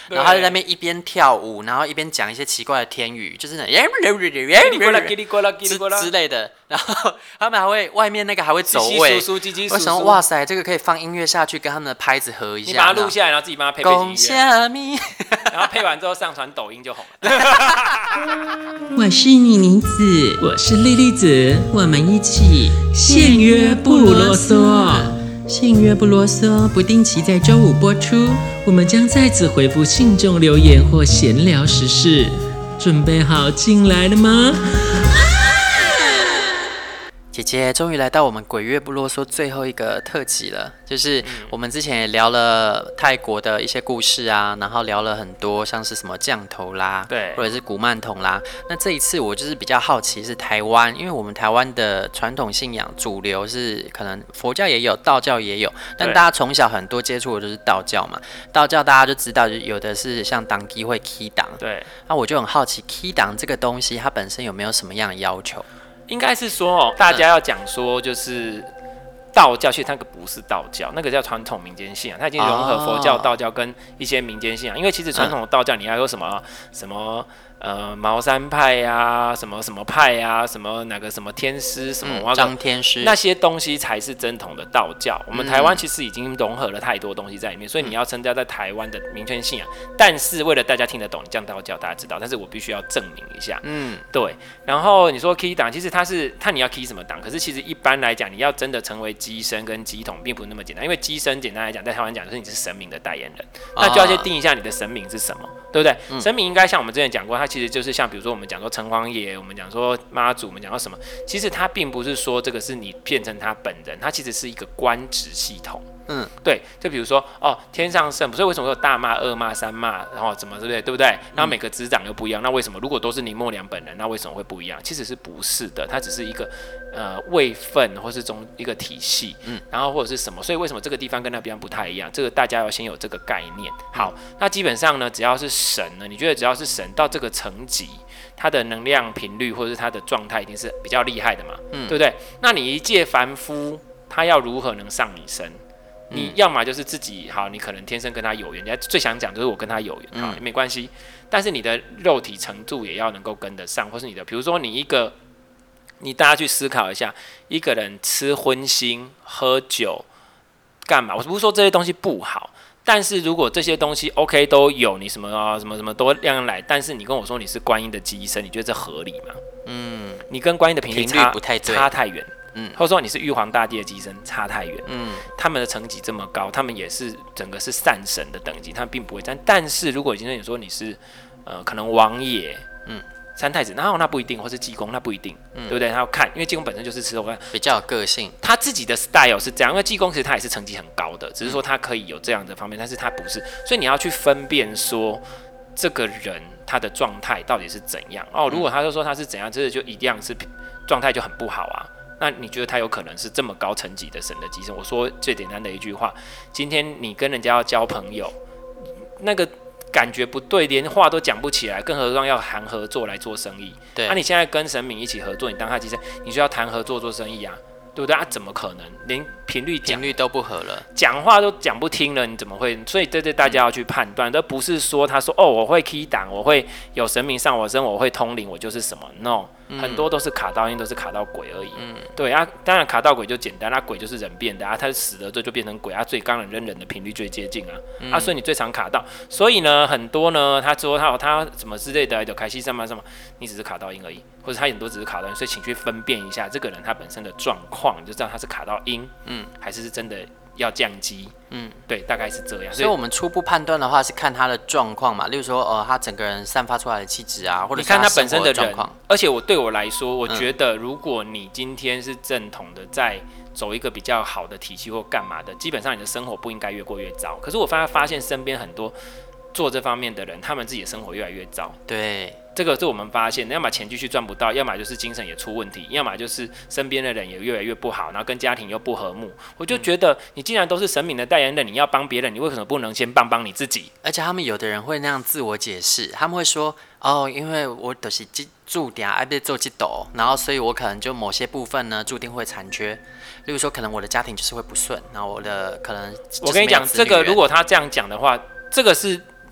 然后他就在那边一边跳舞，然后一边讲一些奇怪的天语，就是那之类的。然后他们还会外面那个还会走位，我想哇塞，这个可以放音乐下去，跟他们的拍子合一下。 你把它录下来，然后自己帮他配背景音乐，然后配完之后上传抖音就红了。 我是妮妮子， 我是莉莉子， 我们一起限约不啰嗦。 信约不啰嗦，不定期在周五播出。 我们将在此回复信众留言或闲聊时事。准备好进来了吗？ 姐姐终于来到我们鬼月不啰嗦最后一个特辑了，就是我们之前也聊了泰国的一些故事啊，然后聊了很多像是什么降头啦， 对， 或者是古曼童啦。那这一次我就是比较好奇是台湾，因为我们台湾的传统信仰主流是可能佛教也有，道教也有，但大家从小很多接触的就是道教嘛。道教大家就知道，有的是像当机会 key 档， 对。 那我就很好奇 key 档这个东西，它本身有没有什么样的要求？ 应该是说，大家要讲说，就是道教，其实那个不是道教，那个叫传统民间信仰，它已经融合佛教、道教跟一些民间信仰。因为其实传统的道教，你要有什么茅山派呀、什么什么派呀、什么哪个什么天师什么张天师那些东西才是正统的道教。我们台湾其实已经融合了太多东西在里面，所以你要称叫在台湾的民间信仰。但是为了大家听得懂，你讲道教大家知道，但是我必须要证明一下。对。然后你说 key 档，其实它是看你要 key 什么档，可是其实一般来讲，你要真的成为机身跟机统，并不是那么简单。因为机身简单来讲，在台湾讲就是你是神明的代言人，那就要先定一下你的神明是什么，对不对？神明应该像我们之前讲过，它其实就是像比如说我们讲说城隍爷，我们讲说妈祖，我们讲说什么，其实它并不是说这个是你变成他本人，它其实是一个官职系统。对，就比如说天上圣母，所以为什么有大骂、二骂、三骂，然后怎么对不对？然后每个执掌又不一样，那为什么如果都是林默娘本人，那为什么会不一样？其实是不是的，它只是一个位分或是中一个体系，然后或者是什么，所以为什么这个地方跟那边不太一样？这个大家要先有这个概念。好，那基本上呢，只要是神呢，你觉得只要是神到这个层级，它的能量频率或者是它的状态一定是比较厉害的嘛，对不对？那你一介凡夫，他要如何能上你身？你要么就是自己好，你可能天生跟他有缘，人家最想讲就是我跟他有缘，好，没关系。但是你的肉体程度也要能够跟得上，或是你的，比如说你大家去思考一下，一个人吃荤腥、喝酒干嘛？我不是说这些东西不好，但是如果这些东西 OK 都有，你什么什么什么都样来，但是你跟我说你是观音的机身，你觉得这合理吗？你跟观音的频率不太对， 差太远。或者说你是玉皇大帝的机身，差太远。他们的层级这么高，他们也是整个是善神的等级，他们并不会占。但是如果今天你说你是可能王爷，三太子，那不一定，或是济公，那不一定，对不对？他要看，因为济公本身就是吃肉饭， 比较有个性， 他自己的 style 是这样。因为济公其实他也是层级很高的，只是说他可以有这样的方面，但是他不是，所以你要去分辨说这个人他的状态到底是怎样。如果他就说他是怎样，这就一样是状态就很不好啊。那你觉得他有可能是这么高层级的神的机身？我说最简单的一句话，今天你跟人家要交朋友，那个感觉不对，连话都讲不起来，更何况要谈合作来做生意。 对， 你现在跟神明一起合作，你当他机身，你就要谈合作做生意啊，对不对？怎么可能连频率都不合了， 讲话都讲不听了，你怎么会？所以对大家要去判断，而不是说他说我会 key 档，我会有神明上我身，我会通灵，我就是什么 no。很多都是卡到阴，都是卡到鬼而已。对啊，当然卡到鬼就简单，鬼就是人变的他死了就变成鬼最刚人跟人的频率最接近所以你最常卡到。所以呢，很多呢，他说他什么之类的，有开心什么，你只是卡到阴而已，或者他很多只是卡到阴，所以请去分辨一下这个人他本身的状况，你就知道他是卡到阴，还是真的要降机。对，大概是这样。 所以我们初步判断的话是看他的状况嘛，例如说他整个人散发出来的气质啊，或者是你看他本身的状况。 而且对我来说，我觉得如果你今天是正统的，在走一个比较好的体系或干嘛的，基本上你的生活不应该越过越糟。可是我发现身边很多做这方面的人，他们自己的生活越来越糟。 对。 这个是我们发现，要么钱继续赚不到，要么就是精神也出问题，要么就是身边的人也越来越不好，然后跟家庭又不和睦。我就觉得，你既然都是神明的代言人，你要帮别人，你为什么不能先帮你自己？ 而且他们有的人会那样自我解释，他们会说因为我就是注定爱被做这斗，然后所以我可能就某些部分呢注定会残缺。例如说，可能我的家庭就是会不顺，然后我的可能， 我跟你讲，这个如果他这样讲的话，这个是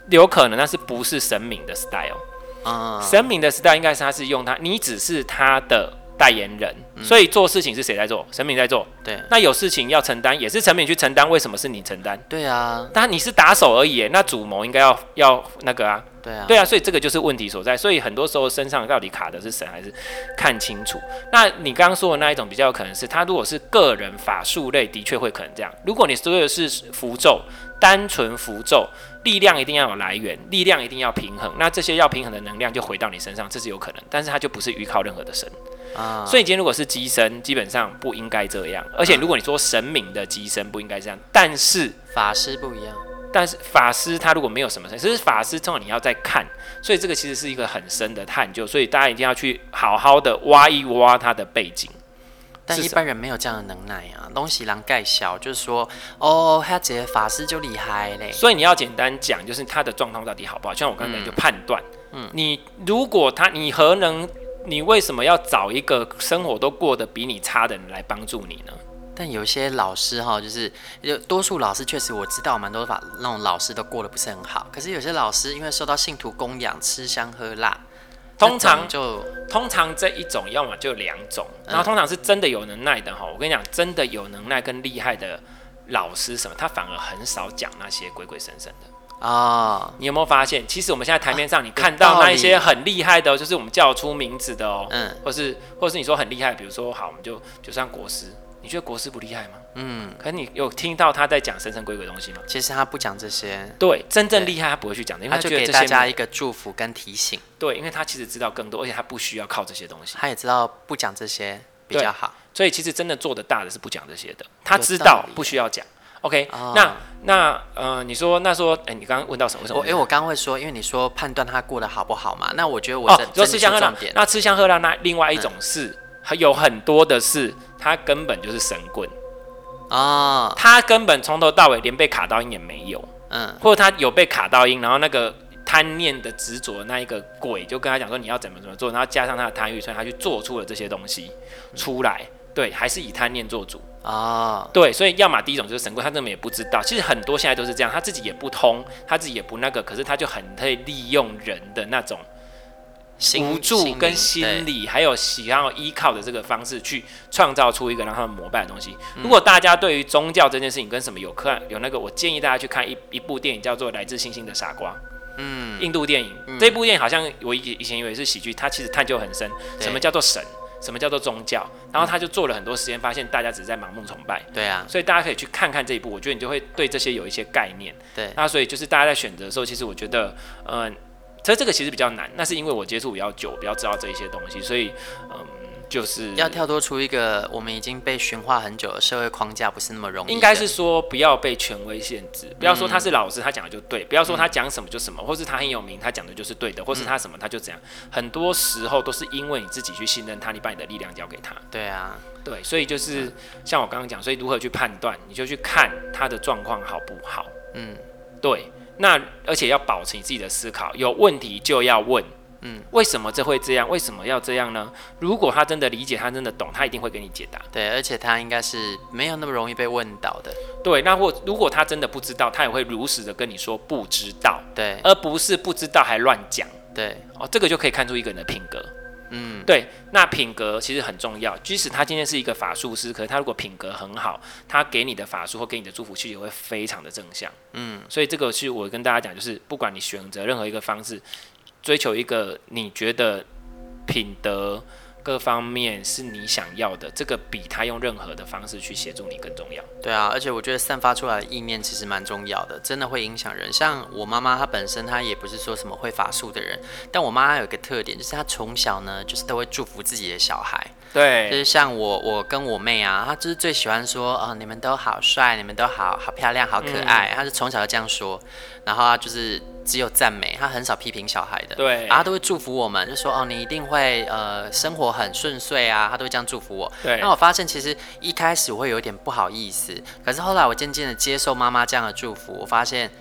有可能，但是不是神明的 style。神明的 style 应该是他是用他，你只是他的代言人，所以做事情是谁在做？神明在做。 对， 那有事情要承担，也是神明去承担，为什么是你承担？ 对啊， 但你是打手而已，那主谋应该要那个啊。 对啊， 对啊，所以这个就是问题所在。所以很多时候身上到底卡的是神还是看清楚。那你刚刚说的那一种比较有可能是，他如果是个人法术类，的确会可能这样。如果你说的是符咒，单纯符咒，力量一定要有来源，力量一定要平衡，那这些要平衡的能量就回到你身上，这是有可能。但是它就不是依靠任何的神。所以今天如果是机身，基本上不应该这样。而且如果你说神明的机身不应该这样，但是法师不一样。 但是法师他如果没有什么神，其实法师通常你要再看，所以这个其实是一个很深的探究，所以大家一定要去好好的挖一挖他的背景。 但一般人没有这样的能耐啊，东西狼盖小，就是说哦，他这法师就厉害嘞。 所以你要简单讲，就是他的状况到底好不好？就像我刚才就判断，你如果你为什么要找一个生活都过得比你差的人来帮助你呢？ 但有些老师哈，就是多数老师确实我知道蛮多那种老师都过得不是很好。可是有些老师因为受到信徒供养，吃香喝辣，通常这一种要么就两种，然后通常是真的有能耐的哈。我跟你讲，真的有能耐跟厉害的老师什么，他反而很少讲那些鬼鬼神神的。你有没有发现？其实我们现在台面上你看到那一些很厉害的，就是我们叫出名字的哦，或是你说很厉害，比如说好，我们就像国师。你觉得国师不厉害吗？可是你有听到他在讲神神鬼鬼的东西吗？ 其实他不讲这些。 对，真正厉害他不会去讲的，因为他就给大家一个祝福跟提醒。 对，因为他其实知道更多，而且他不需要靠这些东西。 他也知道不讲这些比较好。 所以其实真的做得大的是不讲这些的，他知道不需要讲。OK，你说，你刚刚问到什么？ 因为我刚刚会说，因为你说判断他过得好不好嘛，那我觉得我说吃香喝辣，那吃香喝辣，那另外一种是。有很多的是，他根本就是神棍他根本从头到尾连被卡到音也没有，或者他有被卡到音，然后那个贪念的执着那一个鬼就跟他讲说你要怎么做，然后加上他的贪欲，所以他去做出了这些东西出来，对，还是以贪念做主对，所以要么第一种就是神棍，他根本也不知道，其实很多现在都是这样，他自己也不通，他自己也不那个，可是他就很会利用人的那种。无助跟心理，还有想要依靠的这个方式，去创造出一个让他们膜拜的东西。如果大家对于宗教这件事情跟什么有那个，我建议大家去看一部电影，叫做《来自星星的傻瓜》。印度电影。这部电影好像我以前以为是喜剧，它其实探究很深，什么叫做神，什么叫做宗教，然后他就做了很多实验，发现大家只是在盲目崇拜。 对啊， 所以大家可以去看看这一部，我觉得你就会对这些有一些概念。 对， 那所以就是大家在选择的时候，其实我觉得，所以这个其实比较难，那是因为我接触比较久，比较知道这一些东西，所以就是要跳脱出一个我们已经被驯化很久的社会框架，不是那么容易。 应该是说不要被权威限制，不要说他是老师，他讲的就对，不要说他讲什么就什么，或是他很有名，他讲的就是对的，或是他什么他就这样。很多时候都是因为你自己去信任他，你把你的力量交给他。 对啊， 对，所以就是像我刚刚讲，所以如何去判断，你就去看他的状况好不好。对。那而且要保持你自己的思考，有问题就要问，为什么这会这样？为什么要这样呢？如果他真的理解，他真的懂，他一定会给你解答。 对，而且他应该是没有那么容易被问到的。 对，那如果他真的不知道，他也会如实的跟你说不知道， 对， 而不是不知道还乱讲。 对， 这个就可以看出一个人的品格。对，那品格其实很重要。即使他今天是一个法术师，可是他如果品格很好，他给你的法术或给你的祝福，其实也会非常的正向。所以这个是我跟大家讲，就是不管你选择任何一个方式，追求一个你觉得品德各方面是你想要的，这个比他用任何的方式去协助你更重要。 对啊，而且我觉得散发出来的意念其实蛮重要的，真的会影响人。像我妈妈，她本身她也不是说什么会法术的人，但我妈有一个特点，就是她从小呢，就是都会祝福自己的小孩。 对， 就是像我跟我妹啊，她就是最喜欢说你们都好帅，你们都好漂亮，好可爱。她是从小就这样说，然后她就是只有赞美，她很少批评小孩的。 对， 然后她都会祝福我们，就说你一定会生活很顺遂啊，她都会这样祝福我。 对， 那我发现其实一开始我会有一点不好意思，可是后来我渐渐的接受妈妈这样的祝福，我发现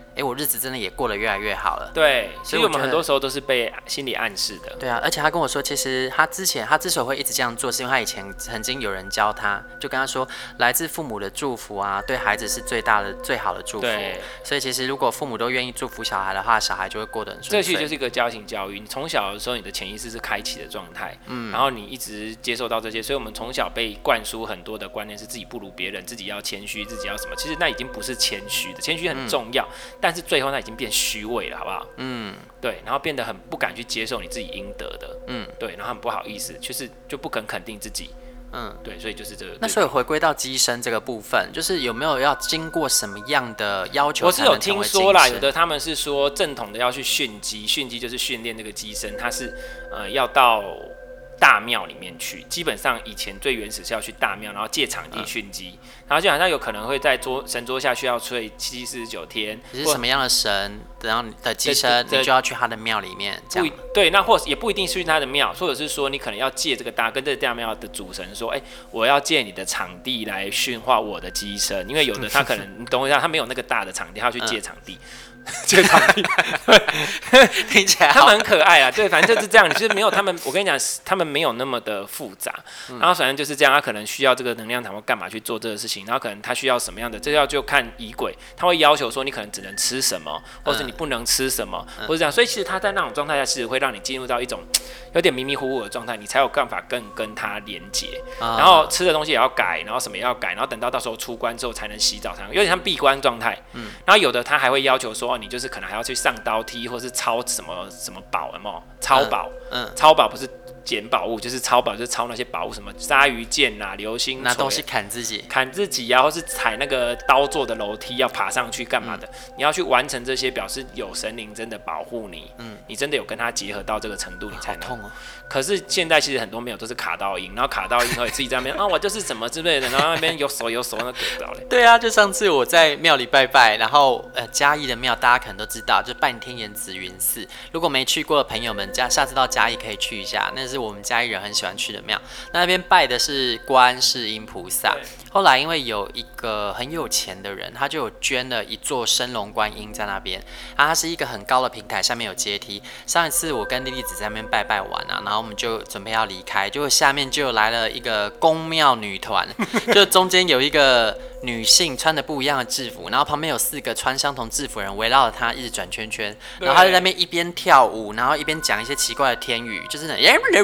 我日子真的也过得越来越好了。 对， 所以我们很多时候都是被心理暗示的。 对啊，而且他跟我说，其实他之所以会一直这样做，是因为他以前曾经有人教他，就跟他说，来自父母的祝福啊，对孩子是最好的祝福。 对， 所以其实如果父母都愿意祝福小孩的话，小孩就会过得很顺遂。 这其实就是一个家庭教育。你从小的时候，你的潜意识是开启的状态，然后你一直接受到这些，所以我们从小被灌输很多的观念，是自己不如别人，自己要谦虚，自己要什么？其实那已经不是谦虚的，谦虚很重要，但是最后那已经变虚伪了，好不好？对，然后变得很不敢去接受你自己应得的，对，然后很不好意思，就不肯定自己，对，所以就是这个。 那所以回归到机身这个部分，就是有没有要经过什么样的要求？ 我是有听说啦，有的他们是说正统的要去训鸡，训鸡就是训练这个鸡身，它是要到大庙里面去，基本上以前最原始是要去大庙，然后借场地训鸡，然后就好像有可能会在神桌下需要睡749天。 你是什么样的神，然后你的鸡身，你就要去他的庙里面。这样对，那或者也不一定是去他的庙，或者是说你可能要借这个跟这个大庙的主神说，我要借你的场地来驯化我的鸡身，因为有的他可能你懂我一下，他没有那个大的场地，他要去借场地。这个场地听起来他们很可爱啊，对，反正就是这样。就是没有他们，我跟你讲，他们没有那么的复杂。然后反正就是这样，他可能需要这个能量场或干嘛去做这个事情，然后可能他需要什么样的，这就看仪轨，他会要求说你可能只能吃什么，或是你不能吃什么，或者这样。所以其实他在那种状态下，其实会让你进入到一种有点迷迷糊糊的状态，你才有办法更跟他连接。然后吃的东西也要改，然后什么也要改，然后等到时候出关之后才能洗澡，才能有点像闭关状态。然后有的他还会要求说，你就是可能还要去上刀梯，或是抄什么什么宝，有没有？抄宝，抄宝不是捡宝物，就是抄宝，就是抄那些宝物，什么鲨鱼剑啊、流星锤， 拿东西砍自己啊，或是踩那个刀做的楼梯要爬上去干嘛的？你要去完成这些，表示有神灵真的保护你，你真的有跟他结合到这个程度，你才能。 好痛哦！ 可是现在其实很多没有，都是卡到音，然后卡到音后自己在那边我就是什么之类的，然后那边有手那给不到嘞。 对啊，就上次我在庙里拜拜，然后嘉义的庙大家可能都知道，就半天岩紫云寺。如果没去过的朋友们，下次到嘉义可以去一下，那是我们嘉义人很喜欢去的庙。那边拜的是观世音菩萨。后来因为有一个很有钱的人，他就有捐了一座升龙观音在那边，它是一个很高的平台，下面有阶梯。上一次我跟莉莉子在那边拜拜完啊，然后我们就准备要离开，结果下面就来了一个宫庙女团，就中间有一个女性穿的不一样的制服，然后旁边有4个穿相同制服的人围绕着她一直转圈圈，然后她在那边一边跳舞，然后一边讲一些奇怪的天语，就是那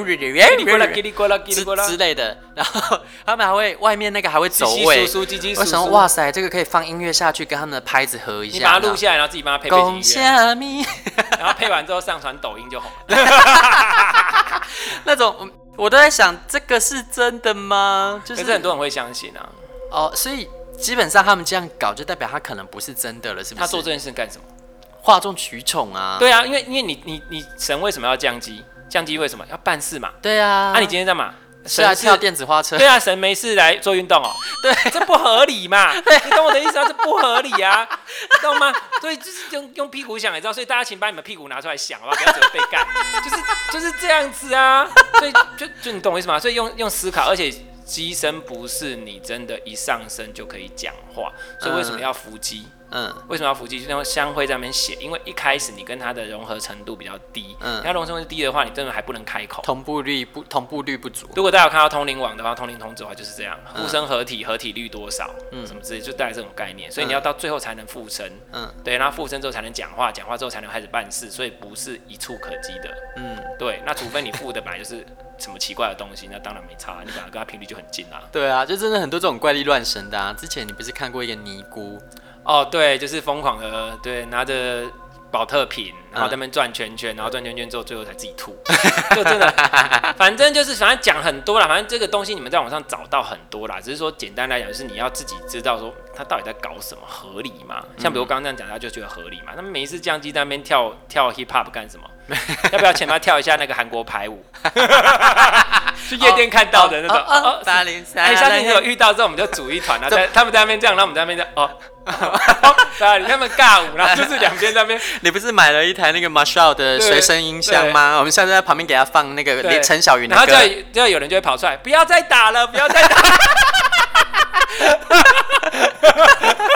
之类的，然后他们还会外面那个还会走位，我想哇塞，这个可以放音乐下去，跟他们的拍子合一下， 你把它录下来，然后自己帮他配背景音乐，然后配完之后上传抖音就红了。 那种我都在想，这个是真的吗？ 可是很多人会相信啊。 所以基本上他们这样搞，就代表他可能不是真的了，是不是？ 他做这件事干什么？ 哗众取宠啊！ 对啊，因为你神为什么要降机？降机为什么要办事嘛？ 对啊。 你今天在嘛？ 是啊，跳电子花车。 对啊，神没事来做运动哦。对，这不合理嘛？你懂我的意思啊？这不合理啊，你懂吗？所以就是用屁股想也知道，所以大家请把你们屁股拿出来想，好不好？不要只会被干，就是这样子啊。所以就你懂我意思吗？所以用思考，而且机身不是你真的一上身就可以讲话，所以为什么要伏击？为什么要伏击？就像香会在那边写，因为一开始你跟它的融合程度比较低，它融合程度低的话，你真的还不能开口， 同步率不足。 如果大家有看到通灵网的话，通灵通知的话就是这样，互生合体，合体率多少，什么之类，就带来这种概念。所以你要到最后才能附身，对，然后附身之后才能讲话，讲话之后才能开始办事，所以不是一触可及的，对。那除非你附的本来就是什么奇怪的东西，那当然没差，你本来跟它频率就很近啊。 对啊，就真的很多这种怪力乱神的啊。之前你不是看过一个尼姑？ 对，就是疯狂的，对，拿着保特瓶，然后在那边转圈圈，然后转圈圈之后，最后才自己吐，就真的，反正讲很多啦，反正这个东西你们在网上找到很多啦，只是说简单来讲，就是你要自己知道说他到底在搞什么，合理吗？像比如刚刚这样讲，他就觉得合理嘛。那每一次降机在那边跳 hip hop 干什么？要不要前面跳一下那个韩国排舞？去夜店看到的那种，803。下次你有遇到之后，我们就组一团，然后他们在那边这样，然后我们在那边这样，他们尬舞，然后就是两边在那边。 你不是买了一台那个 Marshall 的随身音箱吗？我们下次在旁边给他放那个陈小云的歌， 然后就有人就会跑出来，不要再打了，不要再打了。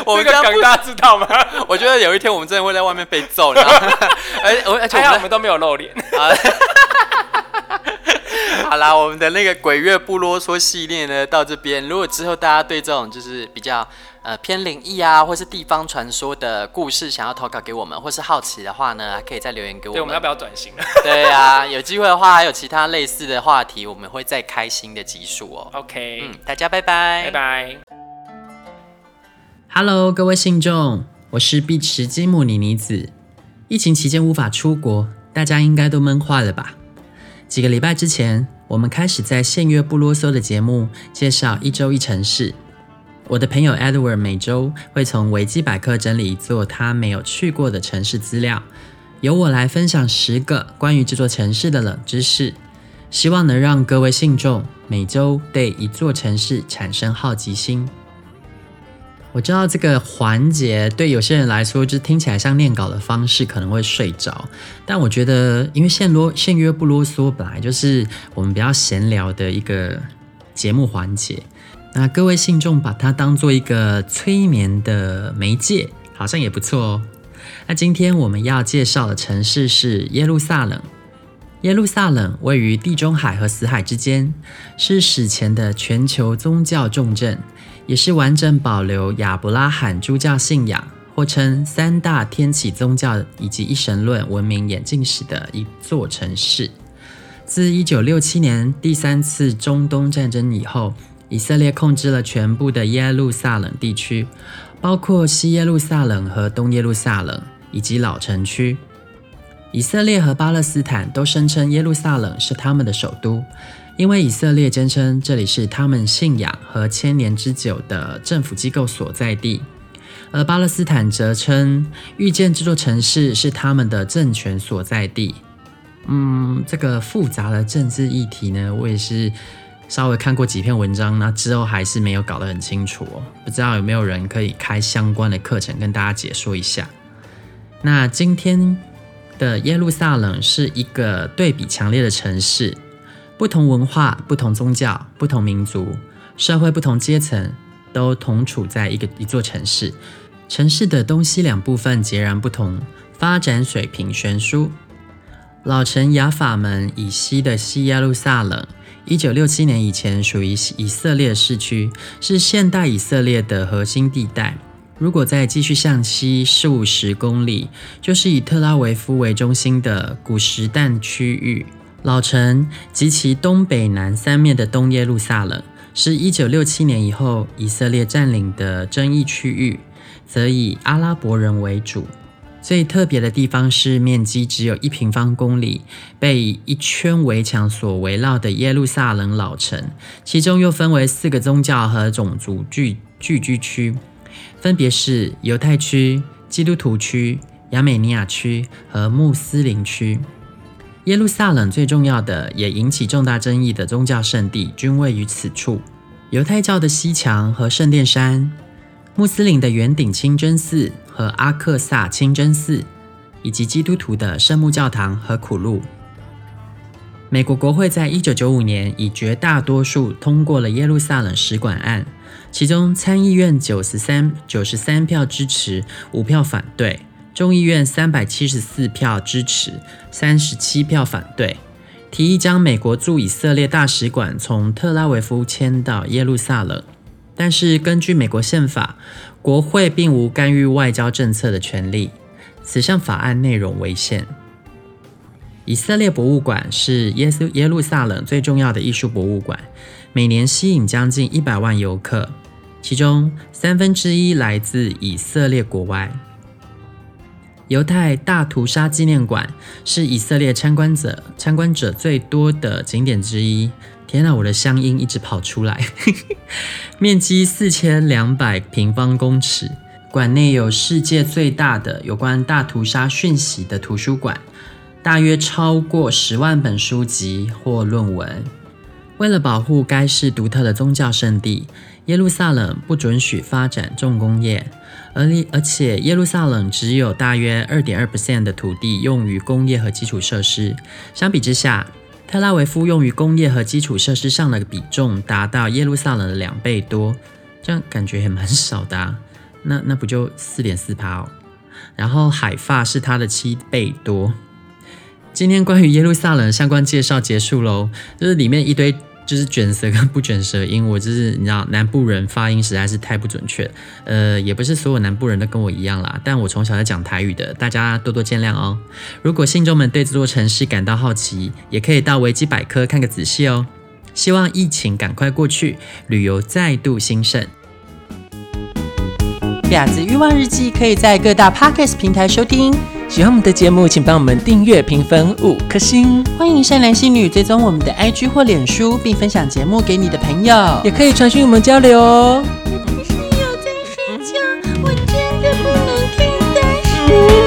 我们这个梗大家知道吗？ 我觉得有一天我们真的会在外面被揍，然后而且我们都没有露脸。 好啦，我们的那个鬼月不啰嗦系列呢，到这边。如果之后大家对这种就是比较偏灵异啊，或是地方传说的故事想要投稿给我们，或是好奇的话呢，可以再留言给我们。 对，我们要不要转型了？ 对啊，有机会的话，还有其他类似的话题，我们会再开新的集数哦。 OK， 大家拜拜， 拜拜。 Hello， 各位信众，我是碧池金木妮妮子。疫情期间无法出国，大家应该都闷坏了吧？几个礼拜之前，我们开始在限约不啰嗦的节目介绍一周一城市。我的朋友 Edward 每周会从维基百科整理一座他没有去过的城市资料，由我来分享10个关于这座城市的冷知识，希望能让各位信众每周对一座城市产生好奇心。我知道这个环节对有些人来说，就听起来像念稿的方式，可能会睡着。但我觉得，因为限约不啰嗦，本来就是我们比较闲聊的一个节目环节。那各位信众把它当做一个催眠的媒介，好像也不错哦。那今天我们要介绍的城市是耶路撒冷。耶路撒冷位于地中海和死海之间，是史前的全球宗教重镇。也是完整保留亚伯拉罕诸教信仰，或称3大天启宗教以及一神论文明演进史的一座城市。自1967年第3次中东战争以后，以色列控制了全部的耶路撒冷地区，包括西耶路撒冷和东耶路撒冷以及老城区。以色列和巴勒斯坦都声称耶路撒冷是他们的首都，因为以色列坚称这里是他们信仰和1000年之久的政府机构所在地，而巴勒斯坦则称遇见这座城市是他们的政权所在地。这个复杂的政治议题呢，我也是稍微看过几篇文章，那之后还是没有搞得很清楚哦，不知道有没有人可以开相关的课程跟大家解说一下。那今天的耶路撒冷是一个对比强烈的城市，不同文化、不同宗教、不同民族、社会不同阶层都同处在一座城市。城市的东西两部分截然不同，发展水平悬殊。老城雅法门以西的西耶路撒冷，1967年以前属于以色列市区，是现代以色列的核心地带。如果再继续向西数10公里，就是以特拉维夫为中心的古实弹区域。老城及其东北南3面的东耶路撒冷，是1967年以后以色列占领的争议区域，则以阿拉伯人为主。最特别的地方是面积只有1平方公里，被以一圈围墙所围绕的耶路撒冷老城，其中又分为4个宗教和种族聚居区，分别是犹太区、基督徒区、亚美尼亚区和穆斯林区。耶路撒冷最重要的也引起重大争议的宗教圣地均位于此处，犹太教的西墙和圣殿山，穆斯林的圆顶清真寺和阿克萨清真寺，以及基督徒的圣母教堂和苦路。美国国会在1995年以绝大多数通过了耶路撒冷使馆案，其中参议院93票支持，5票反对，众议院374票支持，37票反对，提议将美国驻以色列大使馆从特拉维夫迁到耶路撒冷。但是根据美国宪法，国会并无干预外交政策的权利，此项法案内容违宪。以色列博物馆是耶路撒冷最重要的艺术博物馆，每年吸引将近100万游客，其中1/3来自以色列国外。犹太大屠杀纪念馆是以色列参观者最多的景点之一。天哪，我的乡音一直跑出来。面积4200平方公尺，馆内有世界最大的有关大屠杀讯息的图书馆，大约超过10万本书籍或论文。为了保护该市独特的宗教圣地，耶路撒冷不准许发展重工业，而且耶路撒冷只有大约 2.2% 的土地用于工业和基础设施。相比之下，特拉维夫用于工业和基础设施上的比重达到耶路撒冷的2倍多，这样感觉也蛮少的啊。 那不就 4.4% 哦？然后海发是它的7倍多。今天关于耶路撒冷的相关介绍结束咯，就是里面一堆就是卷舌跟不卷舌音，我就是你知道南部人发音实在是太不准确，也不是所有南部人都跟我一样啦，但我从小在讲台语的，大家多多见谅哦。如果信众们对这座城市感到好奇，也可以到维基百科看个仔细哦。希望疫情赶快过去，旅游再度兴盛。 婊子欲望日记可以在各大 Podcast 平台收听。喜欢我们的节目，请帮我们订阅、评分5颗星。 欢迎善男信女追踪我们的 IG 或脸书，并分享节目给你的朋友， 也可以传讯我们交流哦。 可是有在睡觉，我真的不能听的。